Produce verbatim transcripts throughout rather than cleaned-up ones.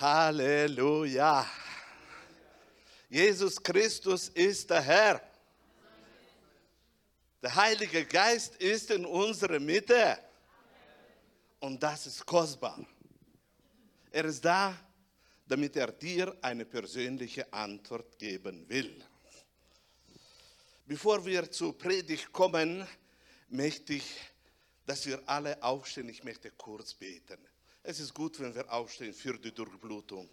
Halleluja. Jesus Christus ist der Herr. Der Heilige Geist ist in unserer Mitte. Und das ist kostbar. Er ist da, damit er dir eine persönliche Antwort geben will. Bevor wir zur Predigt kommen, möchte ich, dass wir alle aufstehen. Ich möchte kurz beten. Es ist gut, wenn wir aufstehen für die Durchblutung.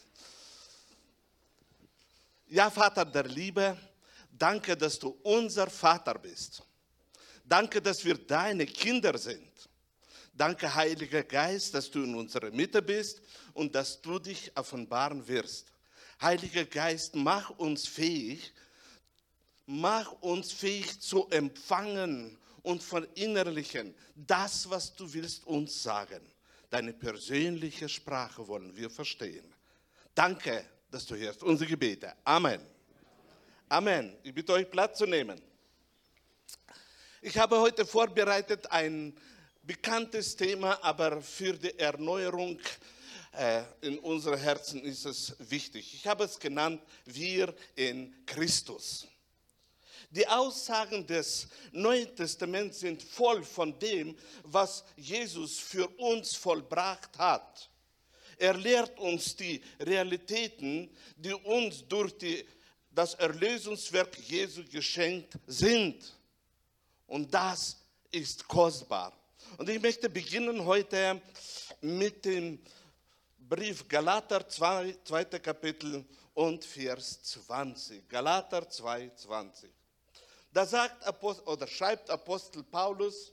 Ja, Vater der Liebe, danke, dass du unser Vater bist. Danke, dass wir deine Kinder sind. Danke, Heiliger Geist, dass du in unserer Mitte bist und dass du dich offenbaren wirst. Heiliger Geist, mach uns fähig, mach uns fähig zu empfangen und verinnerlichen das, was du willst uns sagen. Deine persönliche Sprache wollen wir verstehen. Danke, dass du hörst unsere Gebete. Amen. Amen. Ich bitte euch, Platz zu nehmen. Ich habe heute vorbereitet ein bekanntes Thema, aber für die Erneuerung äh, in unseren Herzen ist es wichtig. Ich habe es genannt, wir in Christus. Die Aussagen des Neuen Testaments sind voll von dem, was Jesus für uns vollbracht hat. Er lehrt uns die Realitäten, die uns durch die, das Erlösungswerk Jesu geschenkt sind. Und das ist kostbar. Und ich möchte beginnen heute mit dem Brief Galater zwei, zweite Kapitel und Vers zwanzig. Galater zwei, zwanzig. Da sagt Apostel, oder schreibt Apostel Paulus,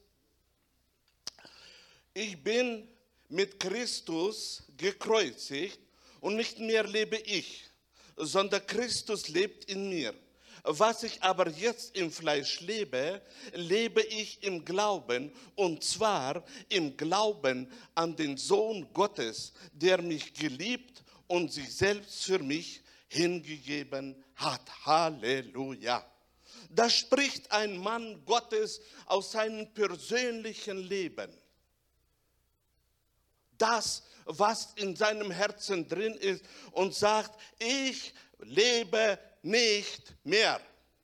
ich bin mit Christus gekreuzigt und nicht mehr lebe ich, sondern Christus lebt in mir. Was ich aber jetzt im Fleisch lebe, lebe ich im Glauben, und zwar im Glauben an den Sohn Gottes, der mich geliebt und sich selbst für mich hingegeben hat. Halleluja. Da spricht ein Mann Gottes aus seinem persönlichen Leben. Das, was in seinem Herzen drin ist, und sagt, ich lebe nicht mehr.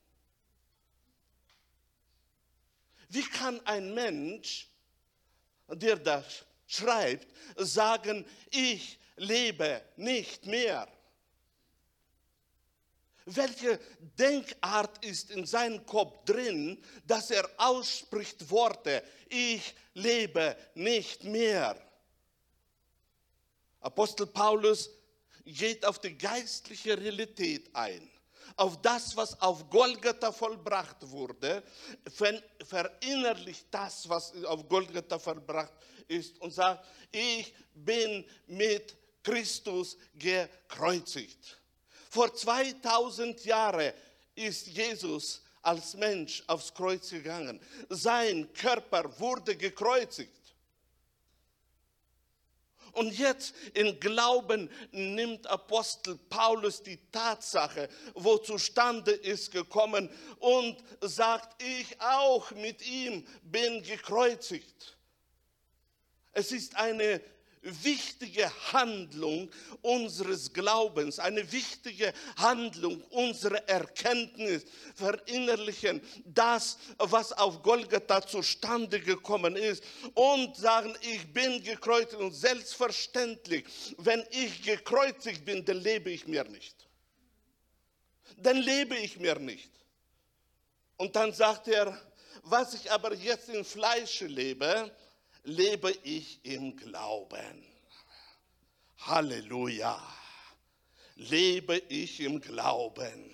Wie kann ein Mensch, der das schreibt, sagen, ich lebe nicht mehr? Welche Denkart ist in seinem Kopf drin, dass er ausspricht Worte, ich lebe nicht mehr? Apostel Paulus geht auf die geistliche Realität ein, auf das, was auf Golgatha vollbracht wurde, verinnerlicht das, was auf Golgatha vollbracht ist und sagt, ich bin mit Christus gekreuzigt. Vor zweitausend Jahren ist Jesus als Mensch aufs Kreuz gegangen. Sein Körper wurde gekreuzigt. Und jetzt im Glauben nimmt Apostel Paulus die Tatsache, wo zustande ist gekommen, und sagt, ich auch mit ihm bin gekreuzigt. Es ist eine wichtige Handlung unseres Glaubens, eine wichtige Handlung unserer Erkenntnis, verinnerlichen das, was auf Golgatha zustande gekommen ist, und sagen, ich bin gekreuzigt. Und selbstverständlich, wenn ich gekreuzigt bin, dann lebe ich mir nicht. Dann lebe ich mir nicht. Und dann sagt er, was ich aber jetzt im Fleische lebe, lebe ich im Glauben. Halleluja. Lebe ich im Glauben.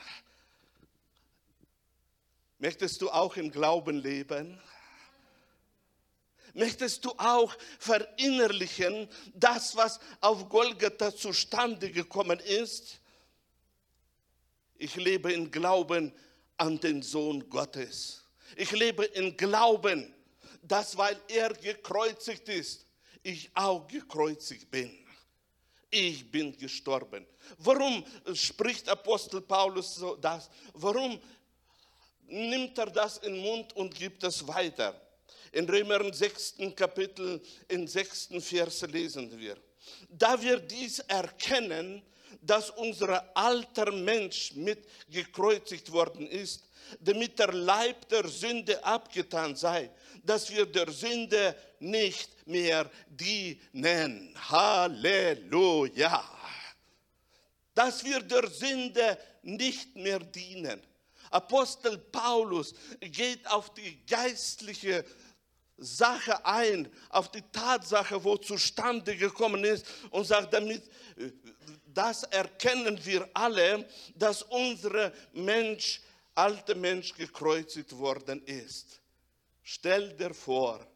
Möchtest du auch im Glauben leben? Möchtest du auch verinnerlichen, das, was auf Golgatha zustande gekommen ist? Ich lebe im Glauben an den Sohn Gottes. Ich lebe im Glauben, dass, weil er gekreuzigt ist, ich auch gekreuzigt bin. Ich bin gestorben. Warum spricht Apostel Paulus so das? Warum nimmt er das in den Mund und gibt es weiter? In Römer sechsten Kapitel, im sechsten Vers lesen wir. Da wir dies erkennen, dass unser alter Mensch mit gekreuzigt worden ist, damit der Leib der Sünde abgetan sei, dass wir der Sünde nicht mehr dienen. Halleluja! Dass wir der Sünde nicht mehr dienen. Apostel Paulus geht auf die geistliche Sache ein, auf die Tatsache, wo zustande gekommen ist und sagt, damit, das erkennen wir alle, dass unser Mensch, alte Mensch gekreuzigt worden ist. Stell dir vor,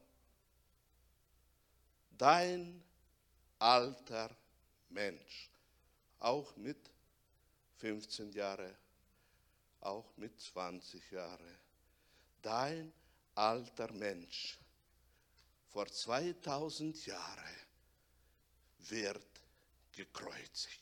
dein alter Mensch, auch mit fünfzehn Jahren, auch mit zwanzig Jahren, dein alter Mensch vor zweitausend Jahren wird gekreuzigt.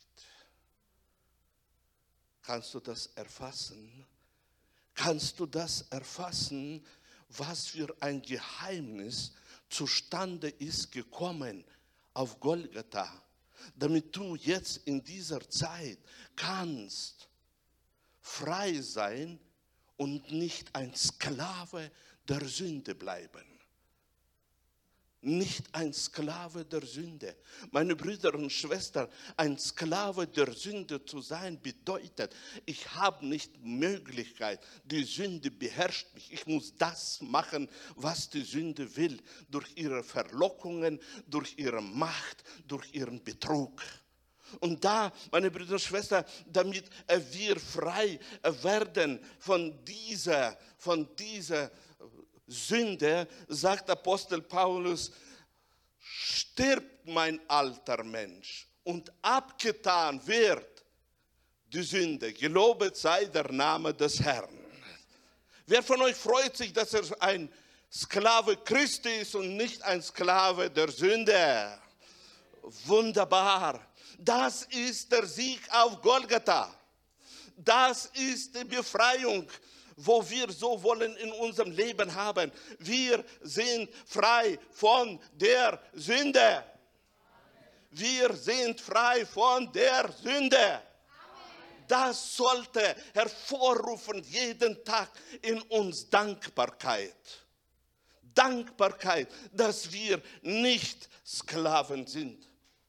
Kannst du das erfassen? Kannst du das erfassen, was für ein Geheimnis zustande ist gekommen auf Golgatha, damit du jetzt in dieser Zeit kannst frei sein und nicht ein Sklave der Sünde bleiben. Nicht ein Sklave der Sünde. Meine Brüder und Schwestern, ein Sklave der Sünde zu sein bedeutet, ich habe nicht Möglichkeit, die Sünde beherrscht mich. Ich muss das machen, was die Sünde will, durch ihre Verlockungen, durch ihre Macht, durch ihren Betrug. Und da, meine Brüder und Schwestern, damit wir frei werden von dieser, von dieser Sünde, sagt Apostel Paulus, stirbt mein alter Mensch und abgetan wird die Sünde. Gelobet sei der Name des Herrn. Wer von euch freut sich, dass er ein Sklave Christi ist und nicht ein Sklave der Sünde? Wunderbar. Das ist der Sieg auf Golgatha. Das ist die Befreiung, wo wir so wollen in unserem Leben haben. Wir sind frei von der Sünde. Wir sind frei von der Sünde. Das sollte hervorrufen jeden Tag in uns Dankbarkeit. Dankbarkeit, dass wir nicht Sklaven sind.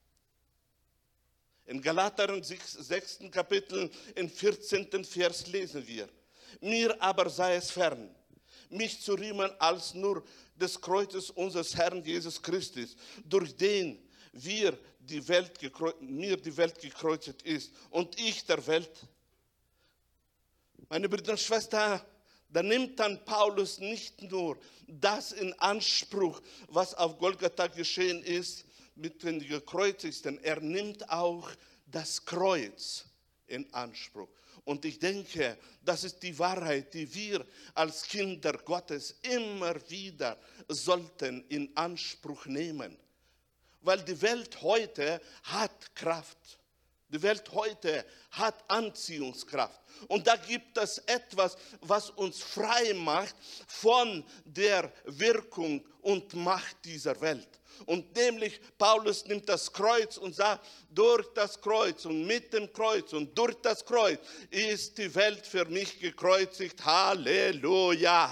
In Galater im sechsten Kapitel, im vierzehnten Vers lesen wir: Mir aber sei es fern, mich zu rühmen als nur des Kreuzes unseres Herrn Jesus Christus, durch den wir die Welt mir die Welt gekreuzigt ist und ich der Welt. Meine Brüder und Schwestern, da nimmt dann Paulus nicht nur das in Anspruch, was auf Golgatha geschehen ist mit den Gekreuzigten, er nimmt auch das Kreuz in Anspruch. Und ich denke, das ist die Wahrheit, die wir als Kinder Gottes immer wieder sollten in Anspruch nehmen. Weil die Welt heute hat Kraft. Die Welt heute hat Anziehungskraft. Und da gibt es etwas, was uns frei macht von der Wirkung und Macht dieser Welt. Und nämlich, Paulus nimmt das Kreuz und sagt, durch das Kreuz und mit dem Kreuz und durch das Kreuz ist die Welt für mich gekreuzigt. Halleluja!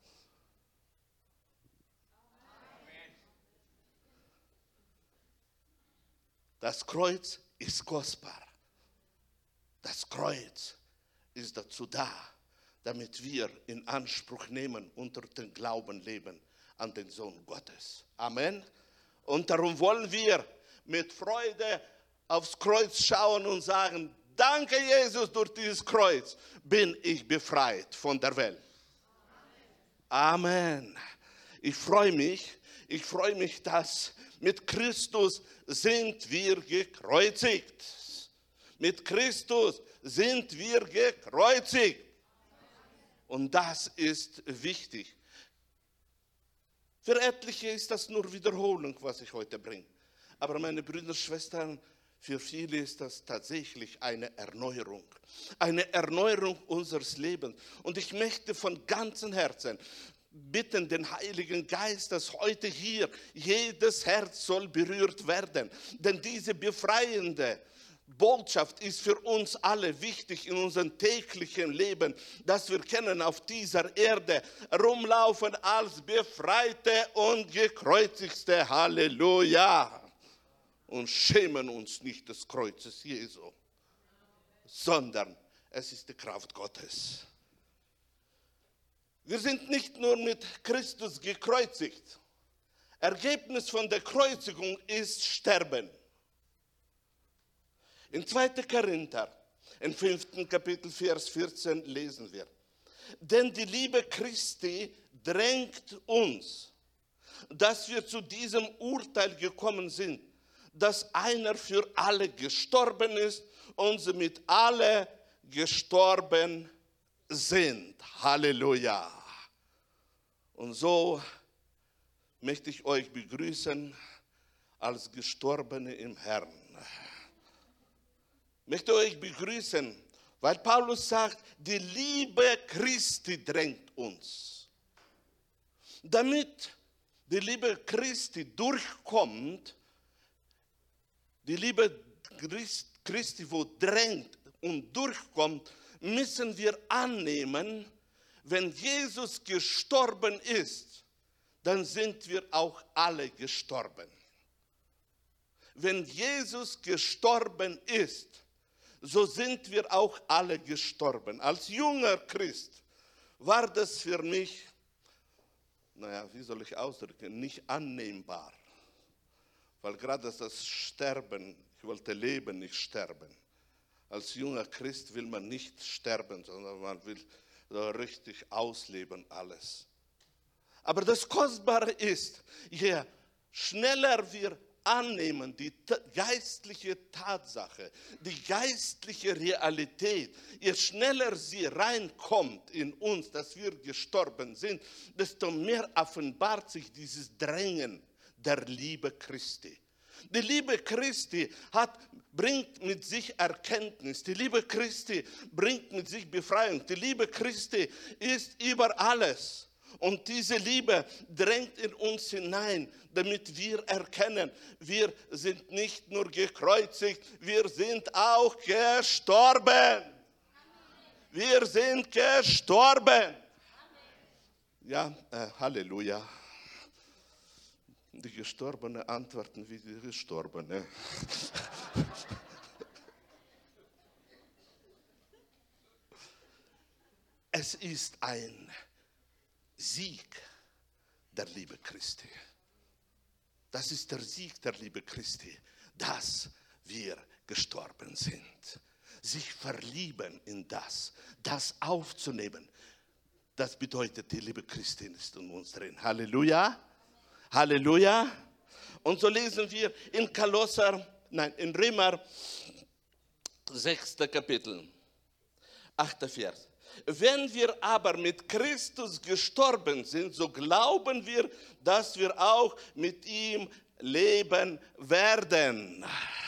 Das Kreuz ist kostbar. Das Kreuz ist dazu da, damit wir in Anspruch nehmen, unter dem Glauben leben an den Sohn Gottes. Amen. Und darum wollen wir mit Freude aufs Kreuz schauen und sagen, danke Jesus, durch dieses Kreuz bin ich befreit von der Welt. Amen. Ich freue mich, ich freue mich, dass mit Christus sind wir gekreuzigt. Mit Christus sind wir gekreuzigt. Und das ist wichtig. Für etliche ist das nur Wiederholung, was ich heute bringe. Aber meine Brüder und Schwestern, für viele ist das tatsächlich eine Erneuerung. Eine Erneuerung unseres Lebens. Und ich möchte von ganzem Herzen bitten den Heiligen Geist, dass heute hier jedes Herz soll berührt werden. Denn diese befreiende Botschaft ist für uns alle wichtig in unserem täglichen Leben, dass wir können auf dieser Erde rumlaufen als Befreite und Gekreuzigte. Halleluja! Und schämen uns nicht des Kreuzes Jesu, sondern es ist die Kraft Gottes. Wir sind nicht nur mit Christus gekreuzigt. Ergebnis von der Kreuzigung ist Sterben. In zweiter Korinther, im fünften Kapitel, Vers vierzehn lesen wir: Denn die Liebe Christi drängt uns, dass wir zu diesem Urteil gekommen sind, dass einer für alle gestorben ist und somit alle gestorben sind. Halleluja. Und so möchte ich euch begrüßen als Gestorbene im Herrn. Ich möchte euch begrüßen, weil Paulus sagt, die Liebe Christi drängt uns. Damit die Liebe Christi durchkommt, die Liebe Christi, wo drängt und durchkommt, müssen wir annehmen, wenn Jesus gestorben ist, dann sind wir auch alle gestorben. Wenn Jesus gestorben ist, so sind wir auch alle gestorben. Als junger Christ war das für mich, naja, wie soll ich ausdrücken, nicht annehmbar. Weil gerade das Sterben, ich wollte leben, nicht sterben. Als junger Christ will man nicht sterben, sondern man will so richtig ausleben alles. Aber das Kostbare ist, je schneller wir annehmen, die geistliche Tatsache, die geistliche Realität, je schneller sie reinkommt in uns, dass wir gestorben sind, desto mehr offenbart sich dieses Drängen der Liebe Christi. Die Liebe Christi hat, bringt mit sich Erkenntnis. Die Liebe Christi bringt mit sich Befreiung. Die Liebe Christi ist über alles. Und diese Liebe drängt in uns hinein, damit wir erkennen, wir sind nicht nur gekreuzigt, wir sind auch gestorben. Wir sind gestorben. Ja, äh, Halleluja. Die Gestorbenen antworten wie die Gestorbenen. Es ist ein Sieg der Liebe Christi. Das ist der Sieg der Liebe Christi, dass wir gestorben sind. Sich verlieben in das, das aufzunehmen, das bedeutet, die Liebe Christi ist in uns drin. Halleluja. Halleluja. Und so lesen wir in Kolosser, nein, in Römer, sechster Kapitel, achter Vers. Wenn wir aber mit Christus gestorben sind, so glauben wir, dass wir auch mit ihm leben werden.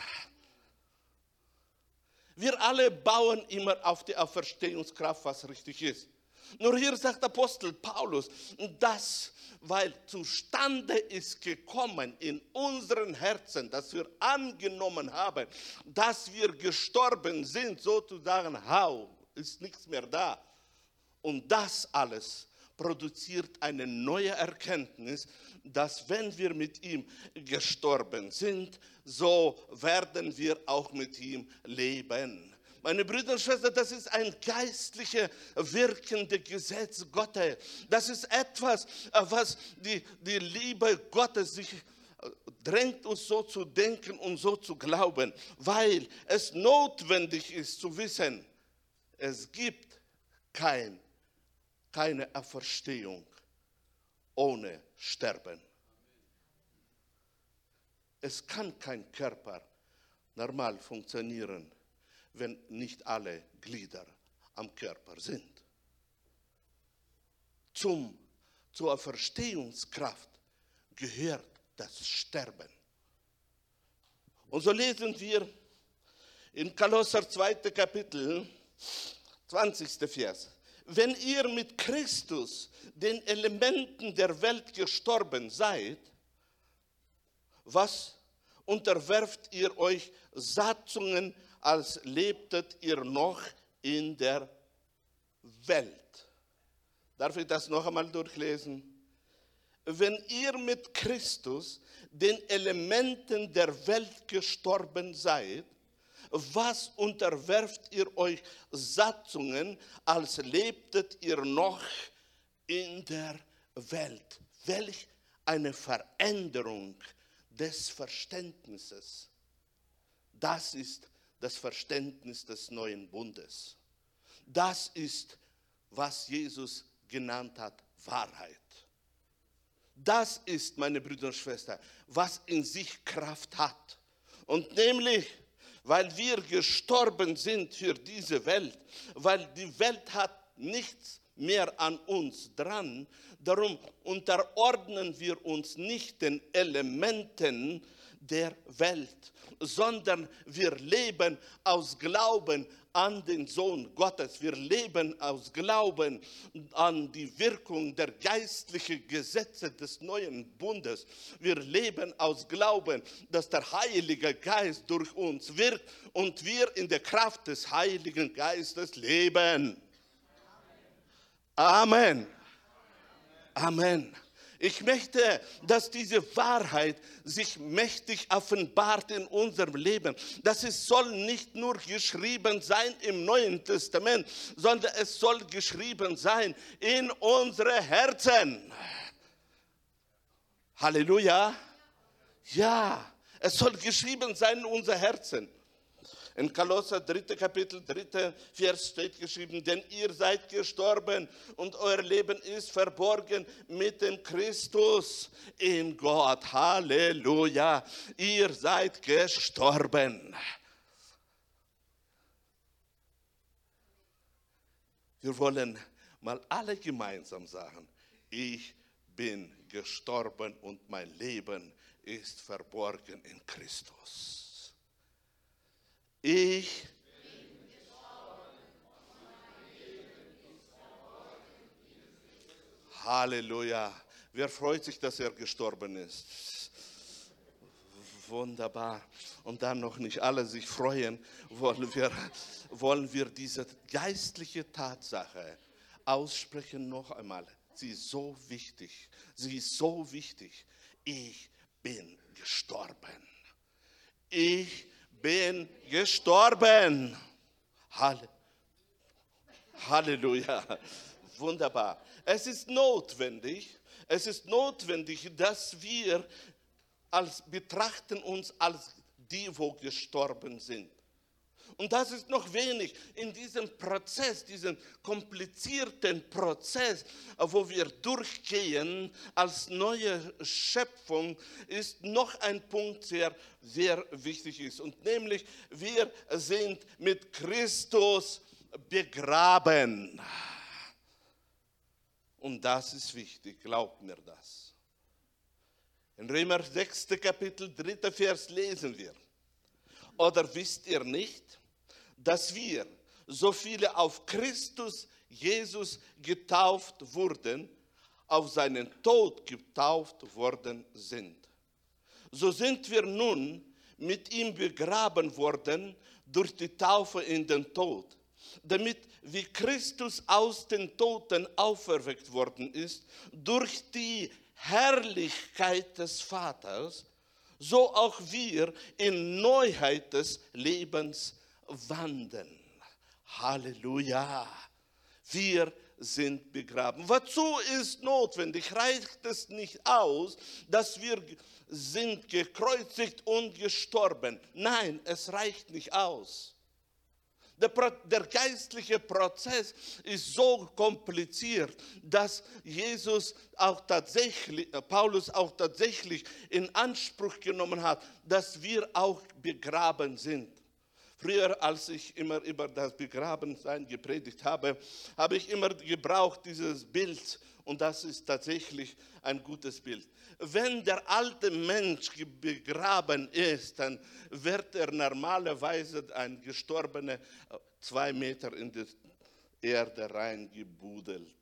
Wir alle bauen immer auf die Auferstehungskraft, was richtig ist. Nur hier sagt Apostel Paulus, dass, weil zustande ist gekommen in unseren Herzen, dass wir angenommen haben, dass wir gestorben sind, sozusagen, hau, ist nichts mehr da. Und das alles produziert eine neue Erkenntnis, dass wenn wir mit ihm gestorben sind, so werden wir auch mit ihm leben. Meine Brüder und Schwestern, das ist ein geistliches, wirkendes Gesetz Gottes. Das ist etwas, was die, die Liebe Gottes sich drängt, uns so zu denken und so zu glauben, weil es notwendig ist zu wissen, es gibt kein, keine Auferstehung ohne Sterben. Es kann kein Körper normal funktionieren, wenn nicht alle Glieder am Körper sind. Zum, zur Auferstehungskraft gehört das Sterben. Und so lesen wir in Kolosser zweiter Kapitel, zwanzigster Vers. wenn ihr mit Christus den Elementen der Welt gestorben seid, was unterwerft ihr euch Satzungen, als lebtet ihr noch in der Welt? Darf ich das noch einmal durchlesen? Wenn ihr mit Christus den Elementen der Welt gestorben seid, was unterwerft ihr euch Satzungen, als lebtet ihr noch in der Welt? Welch eine Veränderung des Verständnisses. Das ist das Verständnis des neuen Bundes. Das ist, was Jesus genannt hat, Wahrheit. Das ist, meine Brüder und Schwestern, was in sich Kraft hat. Und nämlich, weil wir gestorben sind für diese Welt, weil die Welt hat nichts mehr an uns dran, darum unterordnen wir uns nicht den Elementen der Welt, sondern wir leben aus Glauben an den Sohn Gottes. Wir leben aus Glauben an die Wirkung der geistlichen Gesetze des neuen Bundes. Wir leben aus Glauben, dass der Heilige Geist durch uns wirkt und wir in der Kraft des Heiligen Geistes leben. Amen. Amen. Ich möchte, dass diese Wahrheit sich mächtig offenbart in unserem Leben. Das es soll nicht nur geschrieben sein im Neuen Testament, sondern es soll geschrieben sein in unsere Herzen. Halleluja. Ja, es soll geschrieben sein in unsere Herzen. In Kolosser dritte Kapitel, dritte Vers steht geschrieben, denn ihr seid gestorben und euer Leben ist verborgen mit dem Christus in Gott. Halleluja, ihr seid gestorben. Wir wollen mal alle gemeinsam sagen, ich bin gestorben und mein Leben ist verborgen in Christus. Ich bin gestorben und mein Leben ist verborgen in Christus. Halleluja. Wer freut sich, dass er gestorben ist? Wunderbar. Und dann noch nicht alle sich freuen, wollen wir, wollen wir diese geistliche Tatsache aussprechen noch einmal. Sie ist so wichtig. Sie ist so wichtig. Ich bin gestorben. Ich bin gestorben. Halleluja. Wunderbar. Es ist notwendig, es ist notwendig, dass wir als betrachten uns als die, wo gestorben sind. Und das ist noch wenig in diesem Prozess, diesem komplizierten Prozess, wo wir durchgehen als neue Schöpfung, ist noch ein Punkt, der sehr wichtig ist. Und nämlich, wir sind mit Christus begraben. Und das ist wichtig, glaubt mir das. In Römer sechs. Kapitel, dritter Vers lesen wir. Oder wisst ihr nicht, dass wir, so viele auf Christus Jesus getauft wurden, auf seinen Tod getauft worden sind. So sind wir nun mit ihm begraben worden durch die Taufe in den Tod, damit wie Christus aus den Toten auferweckt worden ist, durch die Herrlichkeit des Vaters, so auch wir in Neuheit des Lebens wandeln. Halleluja. Wir sind begraben. Wozu ist notwendig? Reicht es nicht aus, dass wir sind gekreuzigt und gestorben? Nein, es reicht nicht aus. Der, der geistliche Prozess ist so kompliziert, dass Jesus auch tatsächlich, Paulus auch tatsächlich in Anspruch genommen hat, dass wir auch begraben sind. Früher, als ich immer über das Begrabensein gepredigt habe, habe ich immer gebraucht dieses Bild. Und das ist tatsächlich ein gutes Bild. Wenn der alte Mensch begraben ist, dann wird er normalerweise, ein Gestorbener, zwei Meter in die Erde reingebudelt,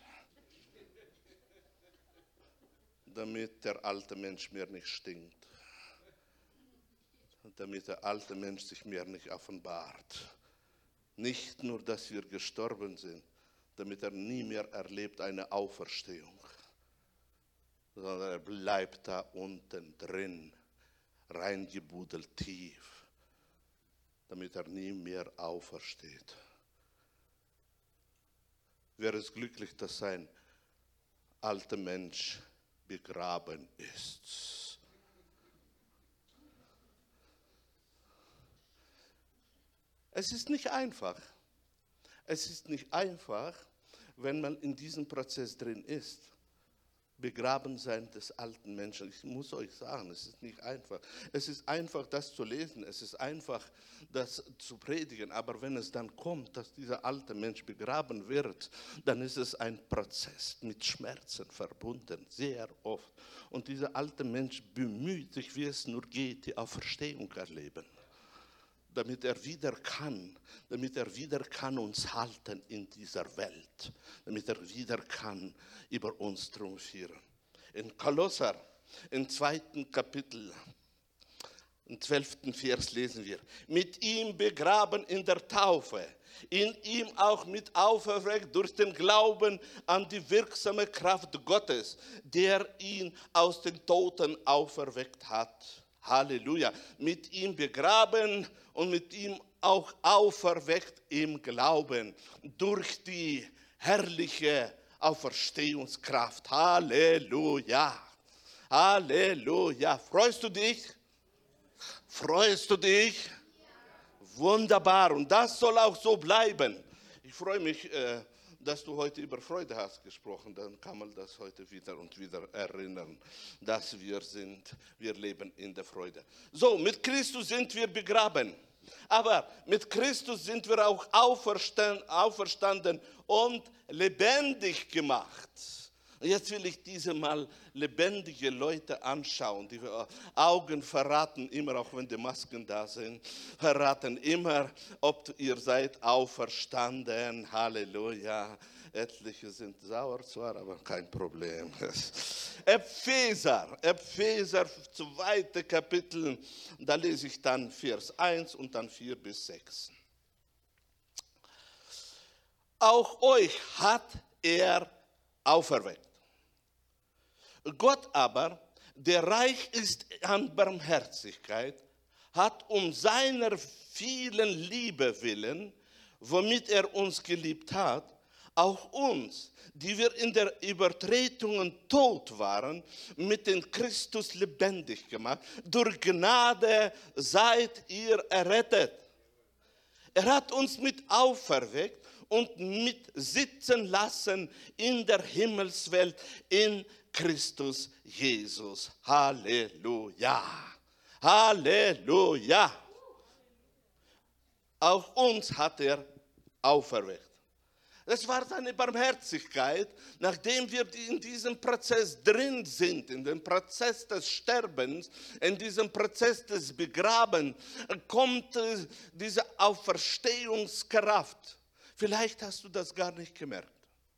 damit der alte Mensch mir nicht stinkt, damit der alte Mensch sich mir nicht offenbart. Nicht nur, dass wir gestorben sind, damit er nie mehr erlebt eine Auferstehung, sondern er bleibt da unten drin, reingebudelt tief, damit er nie mehr aufersteht. Wäre es glücklich, dass sein alter Mensch begraben ist. Es ist nicht einfach. Es ist nicht einfach, wenn man in diesem Prozess drin ist. Begraben sein des alten Menschen. Ich muss euch sagen, es ist nicht einfach. Es ist einfach, das zu lesen. Es ist einfach, das zu predigen. Aber wenn es dann kommt, dass dieser alte Mensch begraben wird, dann ist es ein Prozess mit Schmerzen verbunden, sehr oft. Und dieser alte Mensch bemüht sich, wie es nur geht, die Auferstehung erleben. Damit er wieder kann, damit er wieder kann uns halten in dieser Welt, damit er wieder kann über uns triumphieren. In Kolosser, im zweiten Kapitel, im zwölften Vers lesen wir, mit ihm begraben in der Taufe, in ihm auch mit auferweckt durch den Glauben an die wirksame Kraft Gottes, der ihn aus den Toten auferweckt hat. Halleluja. Mit ihm begraben und mit ihm auch auferweckt im Glauben durch die herrliche Auferstehungskraft. Halleluja. Halleluja. Freust du dich? Freust du dich? Wunderbar. Und das soll auch so bleiben. Ich freue mich, dass du heute über Freude hast gesprochen, dann kann man das heute wieder und wieder erinnern, dass wir sind, wir leben in der Freude. So, mit Christus sind wir begraben, aber mit Christus sind wir auch auferstanden, auferstanden und lebendig gemacht. Jetzt will ich diese mal lebendige Leute anschauen. Die Augen verraten immer, auch wenn die Masken da sind, verraten immer, ob ihr seid auferstanden. Halleluja. Etliche sind sauer zwar, aber kein Problem. Epheser, Epheser, zweite Kapitel, da lese ich dann Vers eins und dann vier bis sechs. Auch euch hat er auferweckt. Gott aber, der reich ist an Barmherzigkeit, hat um seiner vielen Liebe willen, womit er uns geliebt hat, auch uns, die wir in der Übertretungen tot waren, mit dem Christus lebendig gemacht. Durch Gnade seid ihr errettet. Er hat uns mit auferweckt und mit sitzen lassen in der Himmelswelt in Christus Jesus. Halleluja. Halleluja. Auch uns hat er auferweckt. Das war seine Barmherzigkeit, nachdem wir in diesem Prozess drin sind, in dem Prozess des Sterbens, in diesem Prozess des Begrabens, kommt diese Auferstehungskraft. Vielleicht hast du das gar nicht gemerkt.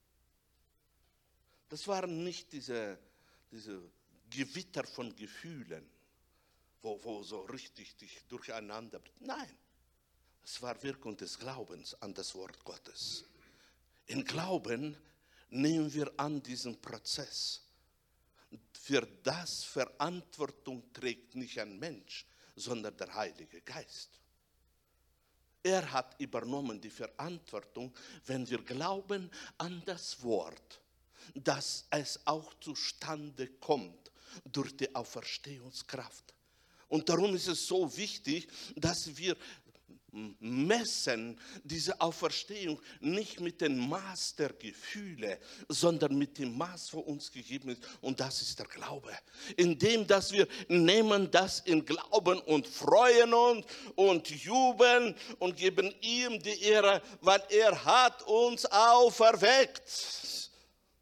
Das waren nicht diese, diese Gewitter von Gefühlen, wo, wo so richtig dich durcheinander. Nein, es war Wirkung des Glaubens an das Wort Gottes. Im Glauben nehmen wir an diesen Prozess. Für das Verantwortung trägt nicht ein Mensch, sondern der Heilige Geist. Er hat übernommen die Verantwortung, wenn wir glauben an das Wort, dass es auch zustande kommt durch die Auferstehungskraft. Und darum ist es so wichtig, dass wir messen diese Auferstehung nicht mit dem Maß der Gefühle, sondern mit dem Maß, wo uns gegeben ist. Und das ist der Glaube. Indem, dass wir nehmen das in Glauben und freuen uns und jubeln und geben ihm die Ehre, weil er hat uns auferweckt.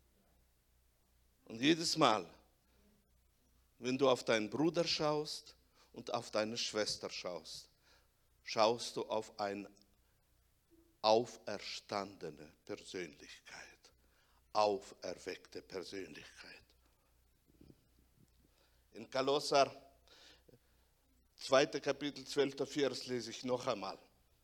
Und jedes Mal, wenn du auf deinen Bruder schaust und auf deine Schwester schaust, schaust du auf ein auferstandene Persönlichkeit. Auferweckte Persönlichkeit. In Kolosser, zweite Kapitel, zwölfter Vers lese ich noch einmal.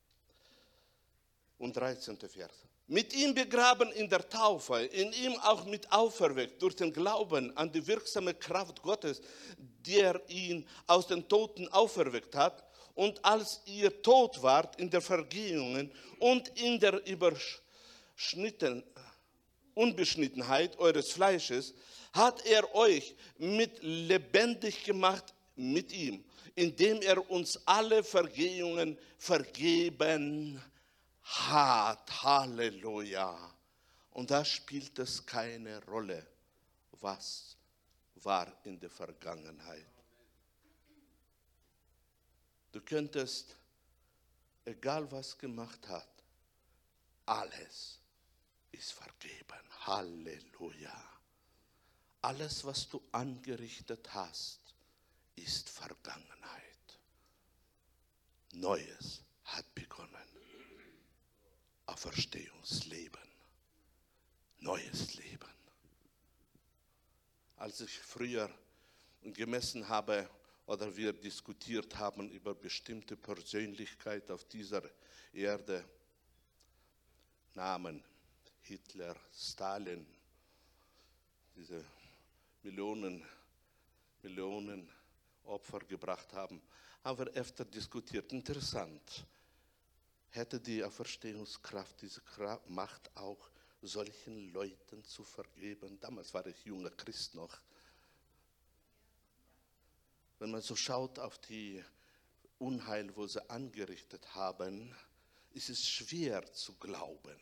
Und dreizehnter Vers. Mit ihm begraben in der Taufe, in ihm auch mit auferweckt, durch den Glauben an die wirksame Kraft Gottes, der ihn aus den Toten auferweckt hat. Und als ihr tot wart in der Vergehungen und in der Überschnitten, Unbeschnittenheit eures Fleisches, hat er euch mit lebendig gemacht mit ihm, indem er uns alle Vergehungen vergeben hat. Halleluja. Und da spielt es keine Rolle, was war in der Vergangenheit. Du könntest, egal was gemacht hat, alles ist vergeben. Halleluja. Alles, was du angerichtet hast, ist Vergangenheit. Neues hat begonnen. Auferstehungsleben. Neues Leben. Als ich früher gemessen habe oder wir diskutiert haben über bestimmte Persönlichkeiten auf dieser Erde, Namen Hitler, Stalin, diese Millionen, Millionen Opfer gebracht haben, haben wir öfter diskutiert. Interessant, hätte die Auferstehungskraft diese Kraft, Macht auch solchen Leuten zu vergeben? Damals war ich junger Christ noch. Wenn man so schaut auf die Unheil, wo sie angerichtet haben, ist es schwer zu glauben.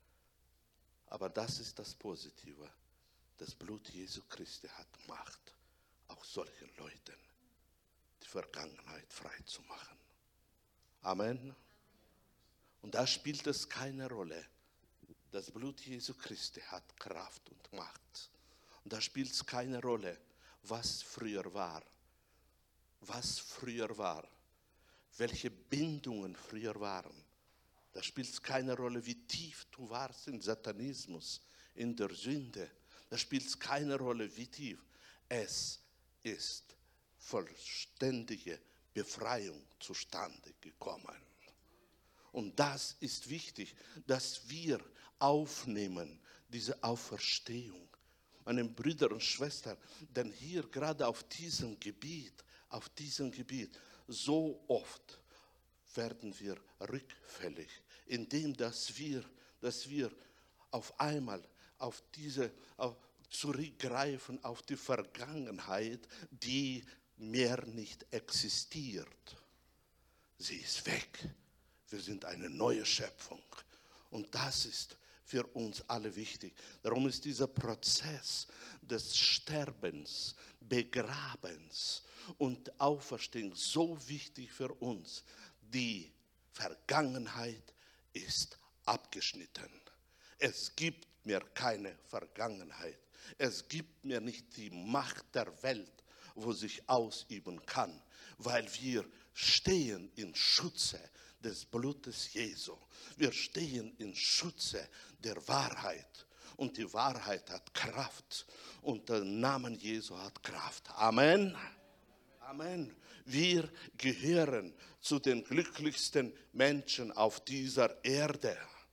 Aber das ist das Positive. Das Blut Jesu Christi hat Macht, auch solchen Leuten die Vergangenheit frei zu machen. Amen. Und da spielt es keine Rolle. Das Blut Jesu Christi hat Kraft und Macht. Und da spielt es keine Rolle, was früher war. Was früher war. Welche Bindungen früher waren. Da spielt es keine Rolle, wie tief du warst im Satanismus, in der Sünde. Da spielt es keine Rolle, wie tief. Es ist vollständige Befreiung zustande gekommen. Und das ist wichtig, dass wir aufnehmen, diese Auferstehung. Meine Brüder und Schwestern, denn hier gerade auf diesem Gebiet, auf diesem Gebiet, so oft werden wir rückfällig, indem dass wir, dass wir auf einmal auf diese, auf, zurückgreifen auf die Vergangenheit, die mehr nicht existiert. Sie ist weg. Wir sind eine neue Schöpfung. Und das ist für uns alle wichtig. Darum ist dieser Prozess des Sterbens, Begrabens und Auferstehens so wichtig für uns. Die Vergangenheit ist abgeschnitten. Es gibt mir keine Vergangenheit. Es gibt mir nicht die Macht der Welt, wo sich ausüben kann, weil wir stehen in Schutze des Blutes Jesu. Wir stehen in Schutze der Wahrheit. Und die Wahrheit hat Kraft. Und der Name Jesu hat Kraft. Amen. Amen. Wir gehören zu den glücklichsten Menschen auf dieser Erde.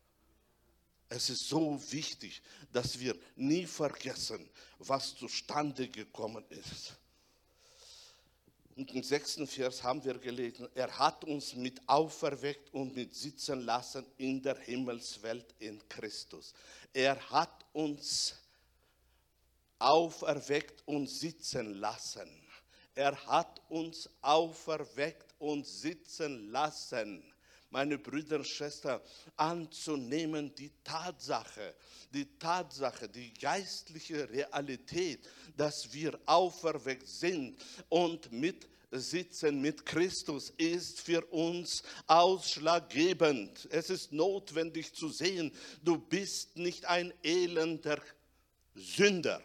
Es ist so wichtig, dass wir nie vergessen, was zustande gekommen ist. Und im sechsten Vers haben wir gelesen, er hat uns mit auferweckt und mit sitzen lassen in der Himmelswelt in Christus. Er hat uns auferweckt und sitzen lassen. Er hat uns auferweckt und sitzen lassen. Meine Brüder und Schwestern, anzunehmen die Tatsache, die Tatsache, die geistliche Realität, dass wir auferweckt sind und mit sitzen mit Christus, ist für uns ausschlaggebend. Es ist notwendig zu sehen, du bist nicht ein elender Sünder.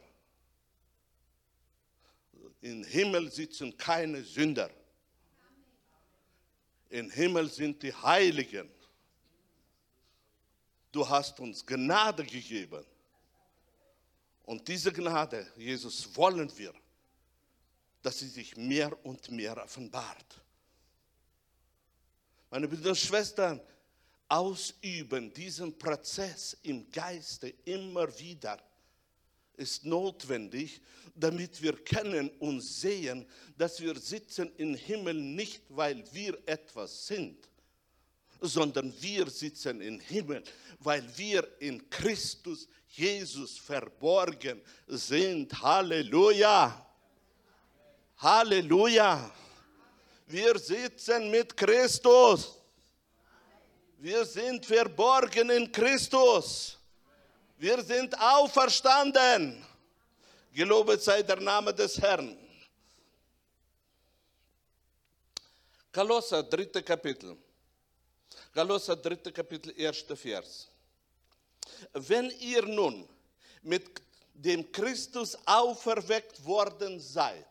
Im Himmel sitzen keine Sünder. Im Himmel sind die Heiligen. Du hast uns Gnade gegeben. Und diese Gnade, Jesus, wollen wir, dass sie sich mehr und mehr offenbart. Meine Brüder und Schwestern, ausüben diesen Prozess im Geiste immer wieder ist notwendig, damit wir kennen und sehen, dass wir sitzen im Himmel nicht, weil wir etwas sind, sondern wir sitzen im Himmel, weil wir in Christus Jesus verborgen sind. Halleluja! Halleluja! Wir sitzen mit Christus. Wir sind verborgen in Christus. Wir sind auferstanden. Gelobet sei der Name des Herrn. Kolosser, dritte Kapitel. Kolosser, dritte Kapitel, erster Vers. Wenn ihr nun mit dem Christus auferweckt worden seid,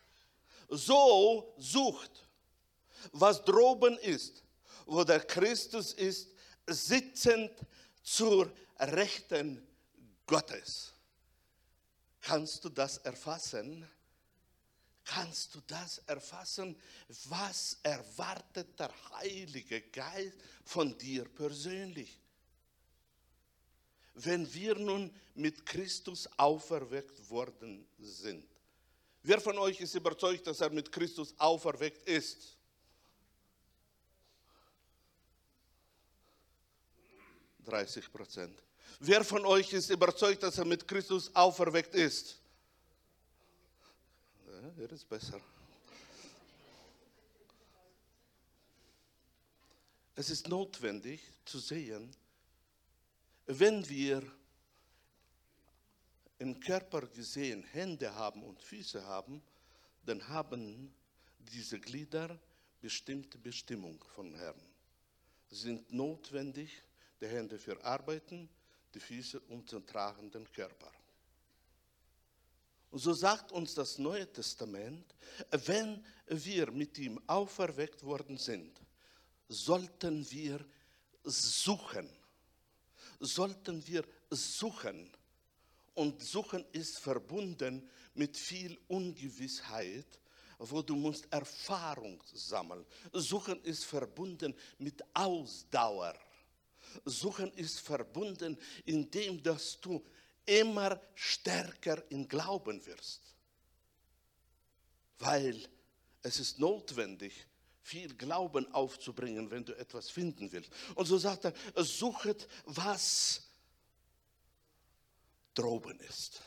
so sucht, was droben ist, wo der Christus ist, sitzend zur Rechten Gottes. Kannst du das erfassen? Kannst du das erfassen? Was erwartet der Heilige Geist von dir persönlich? Wenn wir nun mit Christus auferweckt worden sind. Wer von euch ist überzeugt, dass er mit Christus auferweckt ist? dreißig Prozent. Wer von euch ist überzeugt, dass er mit Christus auferweckt ist? Ja, er ist besser. Es ist notwendig zu sehen, wenn wir im Körper gesehen Hände haben und Füße haben, dann haben diese Glieder bestimmte Bestimmung von Herrn. Sie sind notwendig, die Hände für Arbeiten, die Füße um den tragenden Körper. Und so sagt uns das Neue Testament, wenn wir mit ihm auferweckt worden sind, sollten wir suchen. Sollten wir suchen. Und suchen ist verbunden mit viel Ungewissheit, wo du musst Erfahrung sammeln. Suchen ist verbunden mit Ausdauer. Suchen ist verbunden, indem dass du immer stärker im Glauben wirst. Weil es ist notwendig, viel Glauben aufzubringen, wenn du etwas finden willst. Und so sagt er, suchet, was droben ist.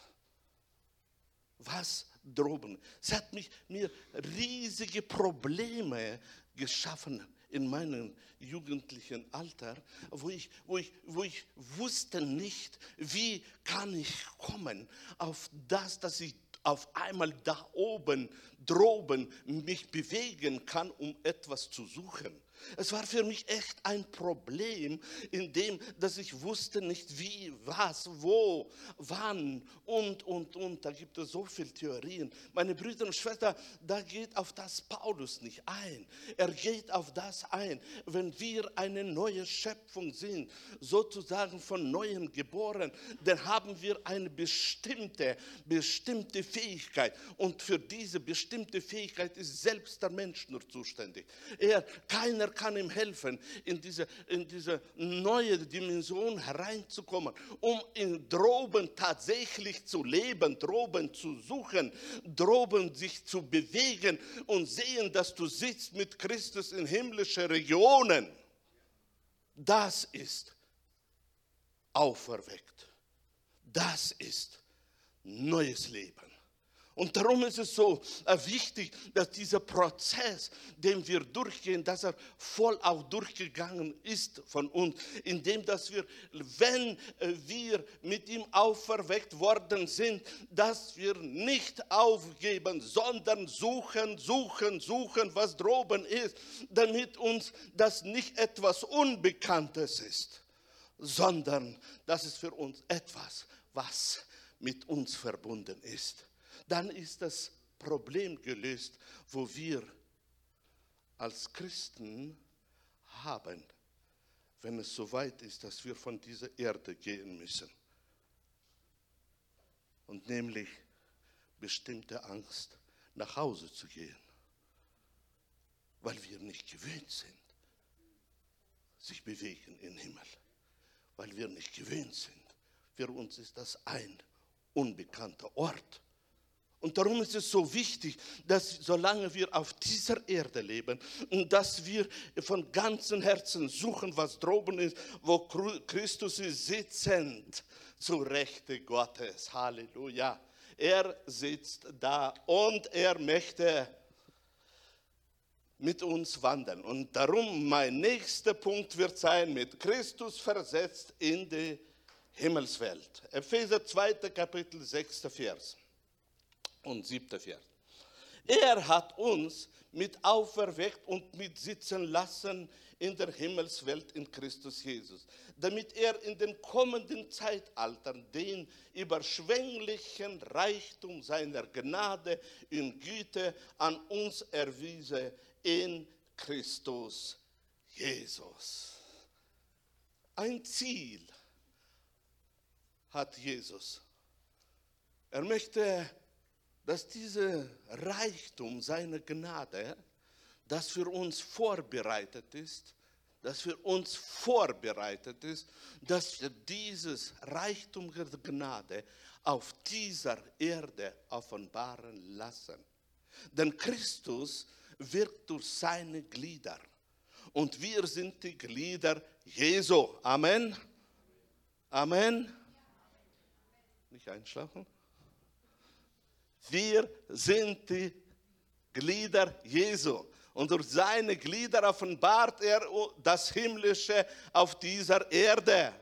Was droben. Es hat mich, mir riesige Probleme geschaffen in meinem jugendlichen Alter, wo ich, wo ich, wo ich wusste nicht, wie kann ich kommen auf das, dass ich auf einmal da oben, droben mich bewegen kann, um etwas zu suchen. Es war für mich echt ein Problem, in dem, dass ich wusste nicht wie, was, wo, wann und, und, und. Da gibt es so viele Theorien. Meine Brüder und Schwestern, da geht auf das Paulus nicht ein. Er geht auf das ein, wenn wir eine neue Schöpfung sind, sozusagen von Neuem geboren, dann haben wir eine bestimmte, bestimmte Fähigkeit. Und für diese bestimmte Fähigkeit ist selbst der Mensch nur zuständig. Er, keiner kann ihm helfen, in diese, in diese neue Dimension hereinzukommen, um in droben tatsächlich zu leben, droben zu suchen, droben sich zu bewegen und sehen, dass du sitzt mit Christus in himmlische Regionen. Das ist auferweckt. Das ist neues Leben. Und darum ist es so wichtig, dass dieser Prozess, den wir durchgehen, dass er voll auch durchgegangen ist von uns, indem dass wir, wenn wir mit ihm auferweckt worden sind, dass wir nicht aufgeben, sondern suchen, suchen, suchen, was droben ist, damit uns das nicht etwas Unbekanntes ist, sondern das ist für uns etwas, was mit uns verbunden ist. Dann ist das Problem gelöst, wo wir als Christen haben. wenn es so weit ist, dass wir von dieser Erde gehen müssen. Und nämlich bestimmte Angst, nach Hause zu gehen, weil wir nicht gewöhnt sind, sich bewegen im Himmel, weil wir nicht gewöhnt sind. Für uns ist das ein unbekannter Ort. Und darum ist es so wichtig, dass solange wir auf dieser Erde leben, dass wir von ganzem Herzen suchen, was droben ist, wo Christus ist, sitzend zur Rechte Gottes. Halleluja. Er sitzt da und er möchte mit uns wandern. Und darum mein nächster Punkt wird sein, mit Christus versetzt in die Himmelswelt. Epheser zwei. Kapitel, sechster Vers. Und siebter Vers. Er hat uns mit auferweckt und mit sitzen lassen in der Himmelswelt in Christus Jesus, damit er in den kommenden Zeitaltern den überschwänglichen Reichtum seiner Gnade in Güte an uns erwiese in Christus Jesus. Ein Ziel hat Jesus. Er möchte, dass dieser Reichtum seiner Gnade, das für uns vorbereitet ist, das für uns vorbereitet ist, dass wir dieses Reichtum der Gnade auf dieser Erde offenbaren lassen. Denn Christus wirkt durch seine Glieder und wir sind die Glieder Jesu. Amen. Amen. Nicht einschlafen. Wir sind die Glieder Jesu. Und durch seine Glieder offenbart er das Himmlische auf dieser Erde.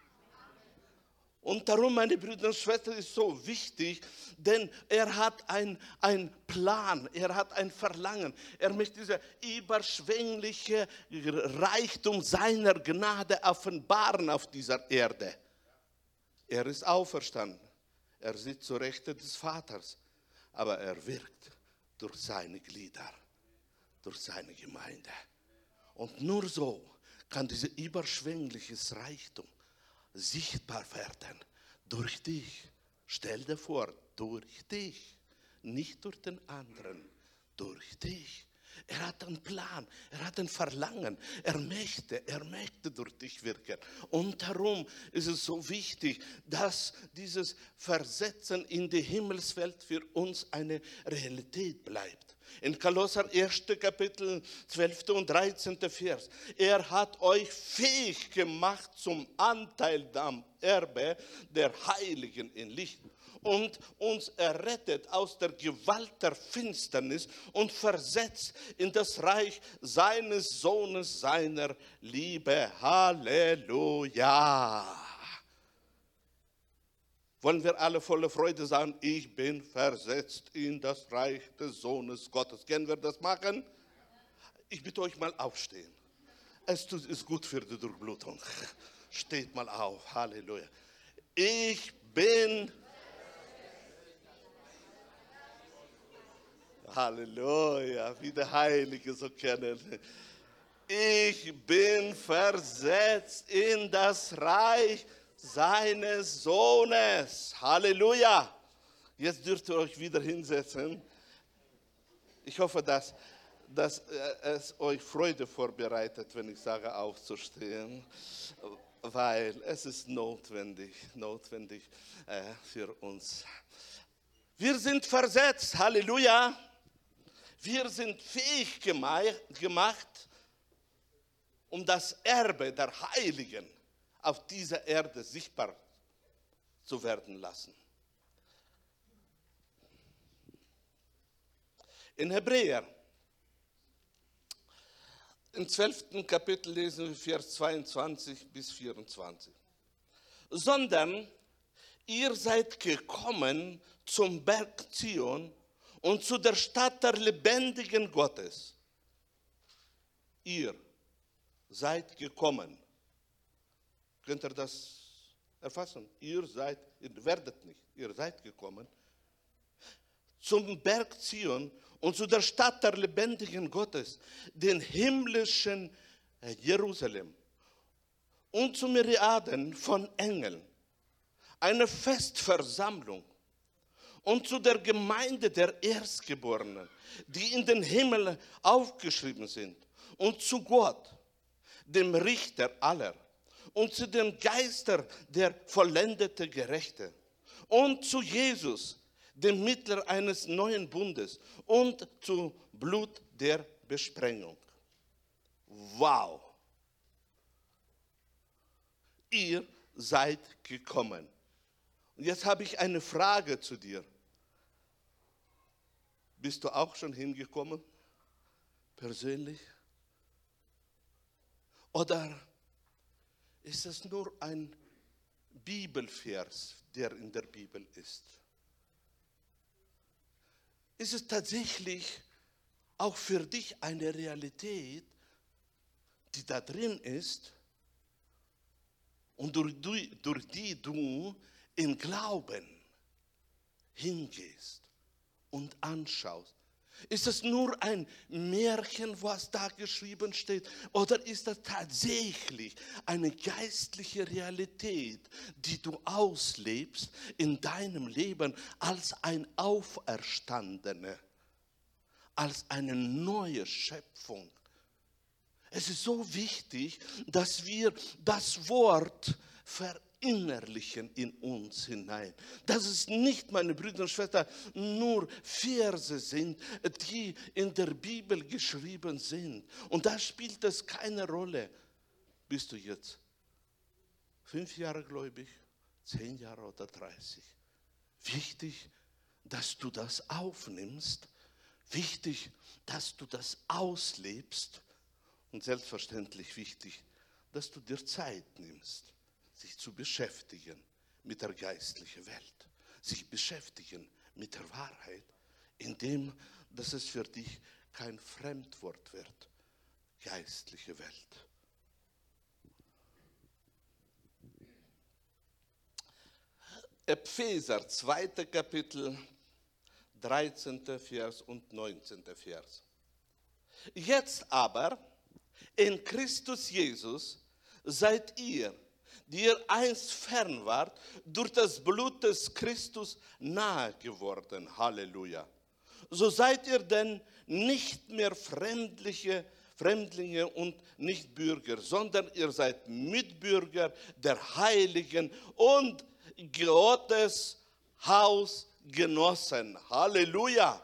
Und darum, meine Brüder und Schwestern, ist so wichtig, denn er hat einen Plan, er hat ein Verlangen. Er möchte dieser überschwängliche Reichtum seiner Gnade offenbaren auf dieser Erde. Er ist auferstanden, er sitzt zur Rechte des Vaters, aber er wirkt durch seine Glieder, durch seine Gemeinde. Und nur so kann dieses überschwängliches Reichtum sichtbar werden. Durch dich. Stell dir vor, durch dich. Nicht durch den anderen, durch dich. Er hat einen Plan, er hat ein Verlangen, er möchte, er möchte durch dich wirken. Und darum ist es so wichtig, dass dieses Versetzen in die Himmelswelt für uns eine Realität bleibt. In Kolosser ersten Kapitel, zwölfter und dreizehnter Vers. Er hat euch fähig gemacht zum Anteil am Erbe der Heiligen in Licht und uns errettet aus der Gewalt der Finsternis und versetzt in das Reich seines Sohnes, seiner Liebe. Halleluja. Wollen wir alle voller Freude sagen, ich bin versetzt in das Reich des Sohnes Gottes. Können wir das machen? Ich bitte euch mal aufstehen. Es ist gut für die Durchblutung. Steht mal auf. Halleluja. Ich bin Halleluja, wie der Heilige so kennen. Ich bin versetzt in das Reich seines Sohnes. Halleluja. Jetzt dürft ihr euch wieder hinsetzen. Ich hoffe, dass, dass es euch Freude vorbereitet, wenn ich sage, aufzustehen. Weil es ist notwendig, notwendig äh, für uns. Wir sind versetzt. Halleluja. Wir sind fähig gemacht, um das Erbe der Heiligen auf dieser Erde sichtbar zu werden lassen. In Hebräer, im zwölften Kapitel lesen wir Vers zweiundzwanzig bis vierundzwanzig. Sondern ihr seid gekommen zum Berg Zion und zu der Stadt der lebendigen Gottes. Ihr seid gekommen. Könnt ihr das erfassen? Ihr seid, ihr werdet nicht, ihr seid gekommen zum Berg Zion und zu der Stadt der lebendigen Gottes, den himmlischen Jerusalem, und zu Myriaden von Engeln, eine Festversammlung und zu der Gemeinde der Erstgeborenen, die in den Himmel aufgeschrieben sind, und zu Gott, dem Richter aller, und zu den Geistern der vollendeten Gerechte, und zu Jesus, dem Mittler eines neuen Bundes, und zu Blut der Besprengung. Wow! Ihr seid gekommen. Und jetzt habe ich eine Frage zu dir. Bist du auch schon hingekommen? Persönlich? Oder ist es nur ein Bibelvers, der in der Bibel ist? Ist es tatsächlich auch für dich eine Realität, die da drin ist und durch die, durch die du in Glauben hingehst und anschaust? Ist es nur ein Märchen, was da geschrieben steht? Oder ist das tatsächlich eine geistliche Realität, die du auslebst in deinem Leben als ein Auferstandener, als eine neue Schöpfung? Es ist so wichtig, dass wir das Wort verinnerlichen in uns hinein. Dass es nicht, meine Brüder und Schwestern, nur Verse sind, die in der Bibel geschrieben sind. Und da spielt es keine Rolle. Bist du jetzt fünf Jahre gläubig, zehn Jahre oder dreißig? Wichtig, dass du das aufnimmst. Wichtig, dass du das auslebst. Und selbstverständlich wichtig, dass du dir Zeit nimmst, sich zu beschäftigen mit der geistlichen Welt, sich beschäftigen mit der Wahrheit, indem dass es für dich kein Fremdwort wird, geistliche Welt. Epheser, zweite Kapitel, dreizehnter Vers und neunzehnter Vers. Jetzt aber, in Christus Jesus seid ihr, die ihr einst fern wart, durch das Blut des Christus nahe geworden. Halleluja. So seid ihr denn nicht mehr Fremdliche, Fremdlinge und nicht Bürger, sondern ihr seid Mitbürger der Heiligen und Gottes Hausgenossen. Halleluja.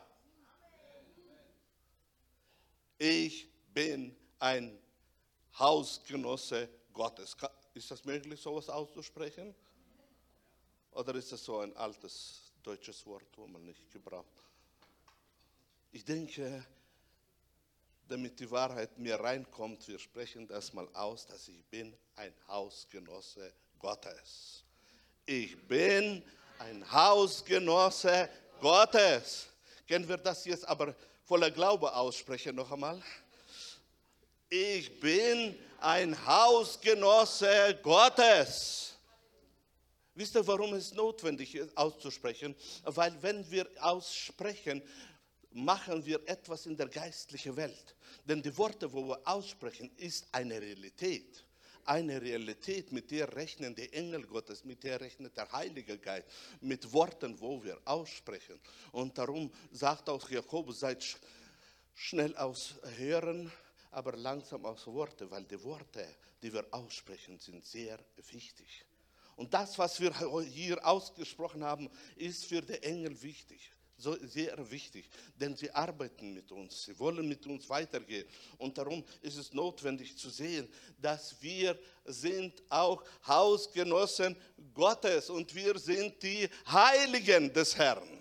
Ich bin ein Hausgenosse Gottes. Ist das möglich, sowas auszusprechen? Oder ist das so ein altes deutsches Wort, wo man nicht gebraucht? Ich denke, damit die Wahrheit mir reinkommt, wir sprechen das mal aus, dass ich bin ein Hausgenosse Gottes. Ich bin ein Hausgenosse Gottes. Können wir das jetzt aber voller Glaube aussprechen noch einmal? Ich bin ein Hausgenosse Gottes. Wisst ihr, warum es notwendig ist, auszusprechen? Weil wenn wir aussprechen, machen wir etwas in der geistlichen Welt. Denn die Worte, wo wir aussprechen, ist eine Realität. Eine Realität, mit der rechnen die Engel Gottes, mit der rechnet der Heilige Geist, mit Worten, wo wir aussprechen. Und darum sagt auch Jakobus, seid schnell aus Hören, aber langsam aus Worte, weil die Worte, die wir aussprechen, sind sehr wichtig. Und das, was wir hier ausgesprochen haben, ist für die Engel wichtig. So sehr wichtig, denn sie arbeiten mit uns, sie wollen mit uns weitergehen. Und darum ist es notwendig zu sehen, dass wir sind auch Hausgenossen Gottes und wir sind die Heiligen des Herrn.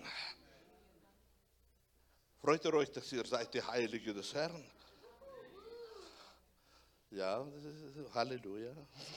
Freut ihr euch, dass ihr seid die Heilige des Herrn? Ja, Halleluja.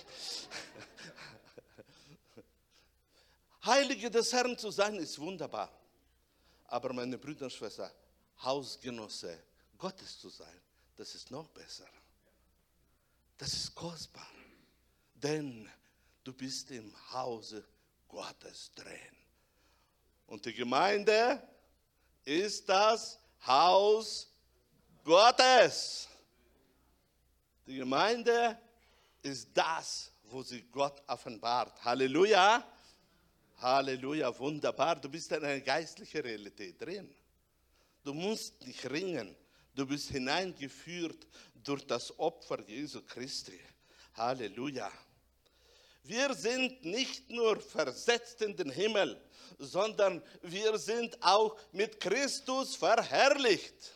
Heilige des Herrn zu sein ist wunderbar. Aber meine Brüder und Schwestern, Hausgenosse Gottes zu sein, das ist noch besser. Das ist kostbar. Denn du bist im Hause Gottes drin. Und die Gemeinde ist das Haus Gottes. Die Gemeinde ist das, wo sie Gott offenbart. Halleluja! Halleluja, wunderbar. Du bist in einer geistlichen Realität drin. Du musst nicht ringen. Du bist hineingeführt durch das Opfer Jesu Christi. Halleluja. Wir sind nicht nur versetzt in den Himmel, sondern wir sind auch mit Christus verherrlicht.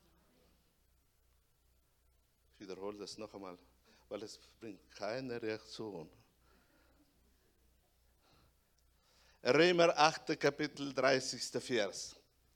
Ich wiederhole das noch einmal, weil es bringt keine Reaktion. Römer acht, Kapitel dreißigster Vers.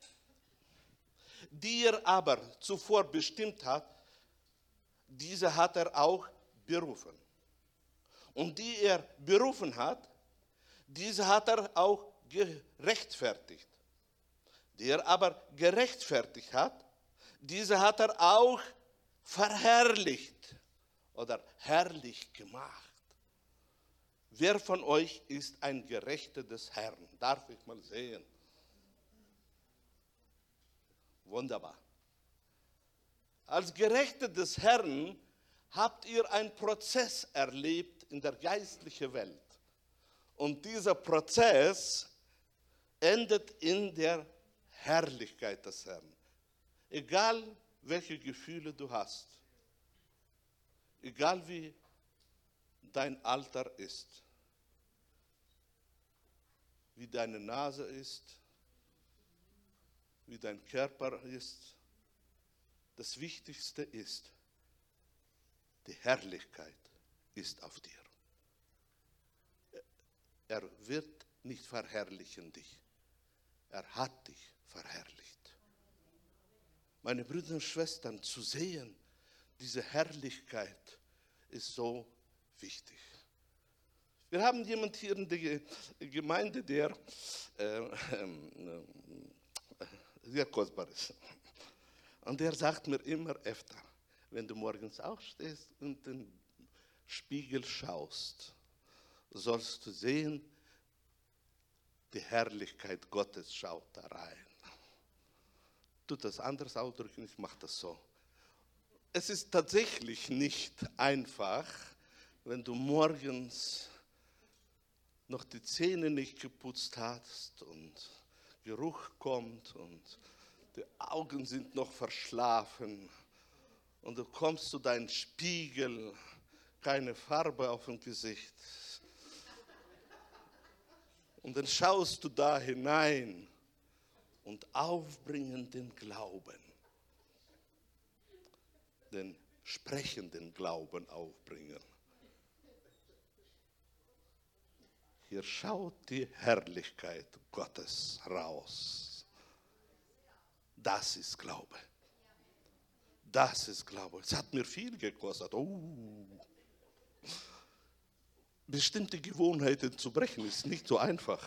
Die er aber zuvor bestimmt hat, diese hat er auch berufen. Und die er berufen hat, diese hat er auch gerechtfertigt. Die er aber gerechtfertigt hat, diese hat er auch verherrlicht oder herrlich gemacht. Wer von euch ist ein Gerechter des Herrn? Darf ich mal sehen? Wunderbar. Als Gerechter des Herrn habt ihr einen Prozess erlebt in der geistlichen Welt. Und dieser Prozess endet in der Herrlichkeit des Herrn. Egal welche Gefühle du hast, egal wie dein Alter ist, wie deine Nase ist, wie dein Körper ist, das Wichtigste ist, die Herrlichkeit ist auf dir. Er wird nicht verherrlichen dich. Er hat dich verherrlicht. Meine Brüder und Schwestern, zu sehen, diese Herrlichkeit ist so wichtig. Wir haben jemanden hier in der Gemeinde, der äh, äh, sehr kostbar ist. Und der sagt mir immer öfter, wenn du morgens aufstehst und in den Spiegel schaust, sollst du sehen, die Herrlichkeit Gottes schaut da rein. Tut das anders ausdrücken, ich mache das so. Es ist tatsächlich nicht einfach, wenn du morgens noch die Zähne nicht geputzt hast und Geruch kommt und die Augen sind noch verschlafen und du kommst zu deinem Spiegel, keine Farbe auf dem Gesicht. Und dann schaust du da hinein und aufbringen den Glauben, den sprechenden Glauben aufbringen. Hier schaut die Herrlichkeit Gottes raus. Das ist Glaube. Das ist Glaube. Es hat mir viel gekostet. Oh. Bestimmte Gewohnheiten zu brechen ist nicht so einfach.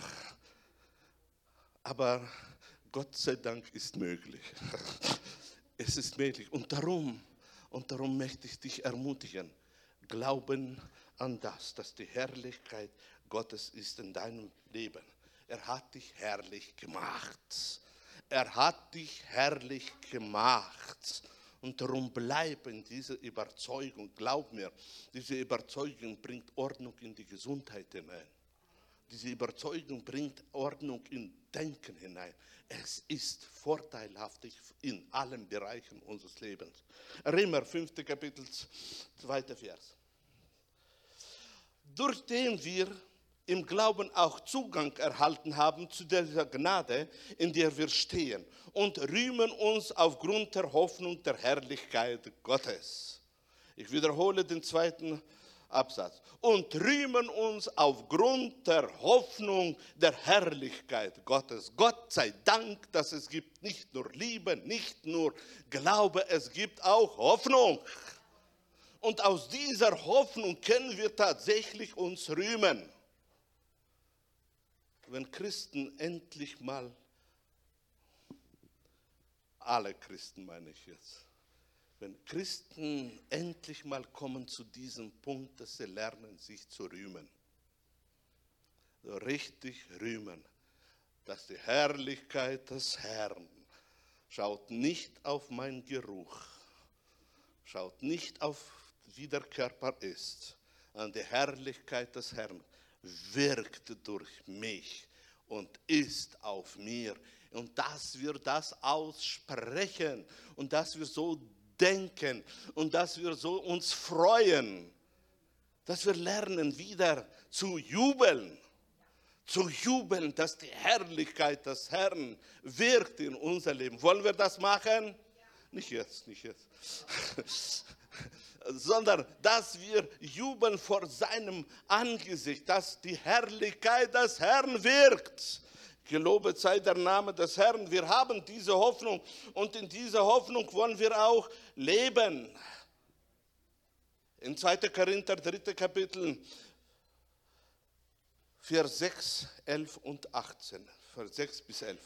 Aber Gott sei Dank ist möglich. Es ist möglich. Und darum, und darum möchte ich dich ermutigen, glauben an das, dass die Herrlichkeit Gottes ist in deinem Leben. Er hat dich herrlich gemacht. Er hat dich herrlich gemacht. Und darum bleib in dieser Überzeugung. Glaub mir, diese Überzeugung bringt Ordnung in die Gesundheit hinein. Diese Überzeugung bringt Ordnung in Denken hinein. Es ist vorteilhaft in allen Bereichen unseres Lebens. Römer fünftes Kapitel, zweiter Vers. Durch den wir im Glauben auch Zugang erhalten haben zu dieser Gnade, in der wir stehen und rühmen uns aufgrund der Hoffnung der Herrlichkeit Gottes. Ich wiederhole den zweiten Absatz. Und rühmen uns aufgrund der Hoffnung der Herrlichkeit Gottes. Gott sei Dank, dass es gibt nicht nur Liebe, nicht nur Glaube, es gibt auch Hoffnung. Und aus dieser Hoffnung können wir tatsächlich uns rühmen. Wenn Christen endlich mal, alle Christen meine ich jetzt, wenn Christen endlich mal kommen zu diesem Punkt, dass sie lernen, sich zu rühmen, so richtig rühmen, dass die Herrlichkeit des Herrn schaut nicht auf meinen Geruch, schaut nicht auf, wie der Körper ist, Und die Herrlichkeit des Herrn wirkt durch mich und ist auf mir. Und dass wir das aussprechen und dass wir so denken und dass wir so uns freuen, dass wir lernen wieder zu jubeln, zu jubeln, dass die Herrlichkeit des Herrn wirkt in unser Leben. Wollen wir das machen? Nicht jetzt, nicht jetzt. Sondern dass wir jubeln vor seinem Angesicht, dass die Herrlichkeit des Herrn wirkt. Gelobet sei der Name des Herrn. Wir haben diese Hoffnung und in dieser Hoffnung wollen wir auch leben. In zweiter Korinther, drittes Kapitel, Vers sechs, elf und achtzehn. Vers sechs bis elf.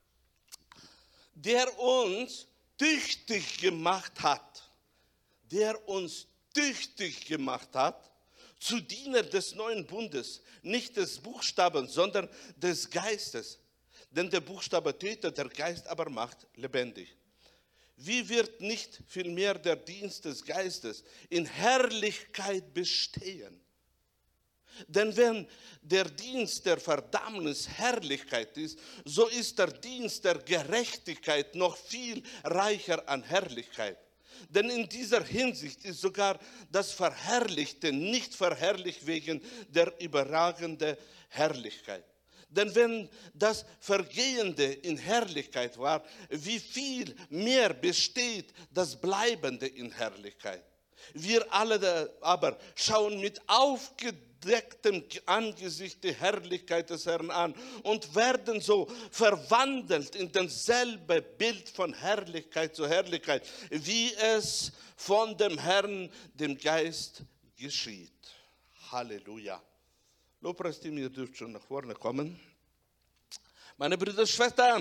Der uns tüchtig gemacht hat, der uns tüchtig gemacht hat, zu Dienern des neuen Bundes, nicht des Buchstabens, sondern des Geistes. Denn der Buchstabe tötet, der Geist aber macht lebendig. Wie wird nicht vielmehr der Dienst des Geistes in Herrlichkeit bestehen? Denn wenn der Dienst der Verdammnis Herrlichkeit ist, so ist der Dienst der Gerechtigkeit noch viel reicher an Herrlichkeit. Denn in dieser Hinsicht ist sogar das Verherrlichte nicht verherrlicht wegen der überragenden Herrlichkeit. Denn wenn das Vergehende in Herrlichkeit war, wie viel mehr besteht das Bleibende in Herrlichkeit? Wir alle aber schauen mit aufgedecktem Angesicht die Herrlichkeit des Herrn an und werden so verwandelt in dasselbe Bild von Herrlichkeit zu Herrlichkeit, wie es von dem Herrn, dem Geist, geschieht. Halleluja. Lobpreisteam, ihr dürft schon nach vorne kommen. Meine Brüder und Schwestern,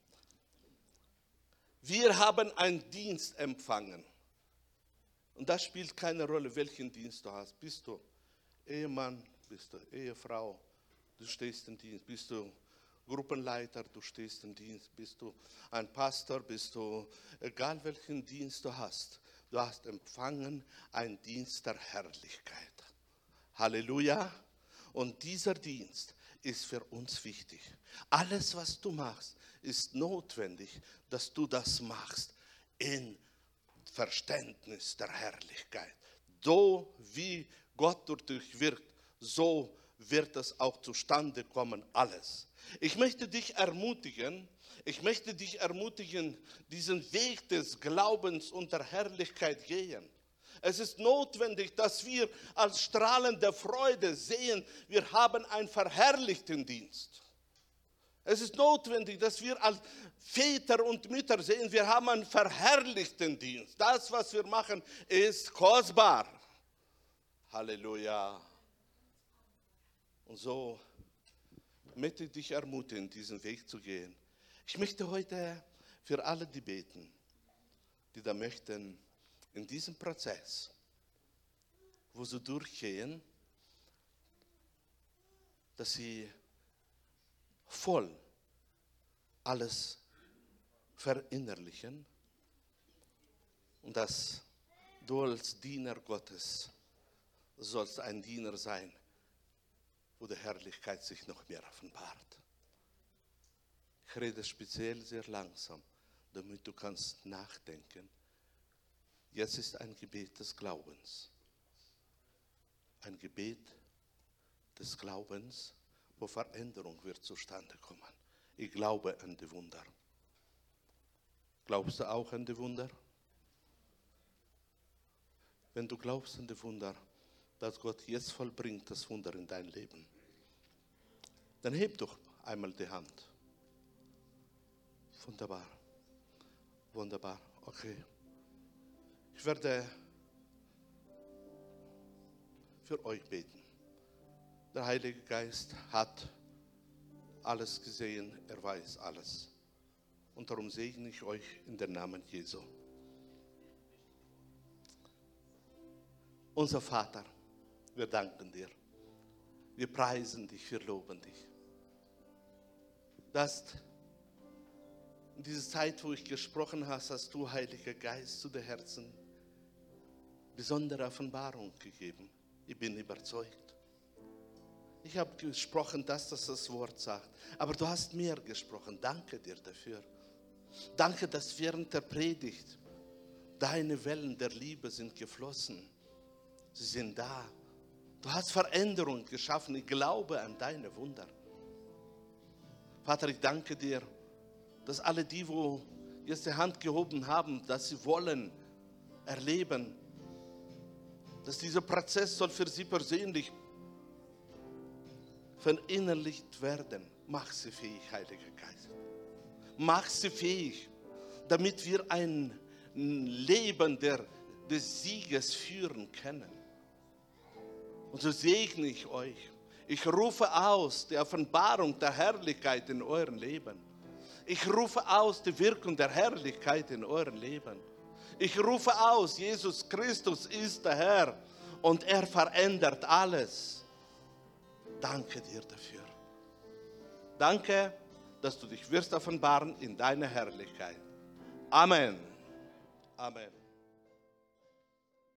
wir haben einen Dienst empfangen. Und das spielt keine Rolle, welchen Dienst du hast. Bist du Ehemann, bist du Ehefrau, du stehst im Dienst. Bist du Gruppenleiter, du stehst im Dienst. Bist du ein Pastor, bist du, egal welchen Dienst du hast. Du hast empfangen einen Dienst der Herrlichkeit. Halleluja. Und dieser Dienst ist für uns wichtig. Alles, was du machst, ist notwendig, dass du das machst in Verständnis der Herrlichkeit. So wie Gott durch dich wirkt, so wird es auch zustande kommen, alles. Ich möchte dich ermutigen, ich möchte dich ermutigen, diesen Weg des Glaubens und der Herrlichkeit gehen. Es ist notwendig, dass wir als strahlende Freude sehen, wir haben einen verherrlichten Dienst. Es ist notwendig, dass wir als Väter und Mütter sehen, wir haben einen verherrlichten Dienst. Das, was wir machen, ist kostbar. Halleluja. Und so möchte ich dich ermutigen, diesen Weg zu gehen. Ich möchte heute für alle die beten, die da möchten, in diesem Prozess, wo sie durchgehen, dass sie voll alles verinnerlichen und dass du als Diener Gottes sollst ein Diener sein, wo die Herrlichkeit sich noch mehr offenbart. Ich rede speziell sehr langsam, damit du kannst nachdenken. Jetzt ist ein Gebet des Glaubens. Ein Gebet des Glaubens, wo Veränderung wird zustande kommen. Ich glaube an die Wunder. Glaubst du auch an die Wunder? Wenn du glaubst an die Wunder, dass Gott jetzt vollbringt das Wunder in dein Leben, dann heb doch einmal die Hand. Wunderbar. Wunderbar. Okay. Ich werde für euch beten. Der Heilige Geist hat alles gesehen, er weiß alles. Und darum segne ich euch in den Namen Jesu. Unser Vater, wir danken dir. Wir preisen dich, wir loben dich. Dass in dieser Zeit, wo ich gesprochen habe, hast du, Heiliger Geist, zu den Herzen besondere Offenbarung gegeben. Ich bin überzeugt. Ich habe gesprochen, dass das das Wort sagt. Aber du hast mehr gesprochen. Danke dir dafür. Danke, dass während der Predigt deine Wellen der Liebe sind geflossen. Sie sind da. Du hast Veränderung geschaffen. Ich glaube an deine Wunder. Vater, ich danke dir, dass alle die, wo jetzt die Hand gehoben haben, dass sie wollen, erleben, dass dieser Prozess soll für sie persönlich verinnerlicht werden. Mach sie fähig, Heiliger Geist. Mach sie fähig, damit wir ein Leben der, des Sieges führen können. Und so segne ich euch. Ich rufe aus die Offenbarung der Herrlichkeit in eurem Leben. Ich rufe aus die Wirkung der Herrlichkeit in eurem Leben. Ich rufe aus, Jesus Christus ist der Herr und er verändert alles. Danke dir dafür. Danke, dass du dich wirst offenbaren in deiner Herrlichkeit. Amen. Amen.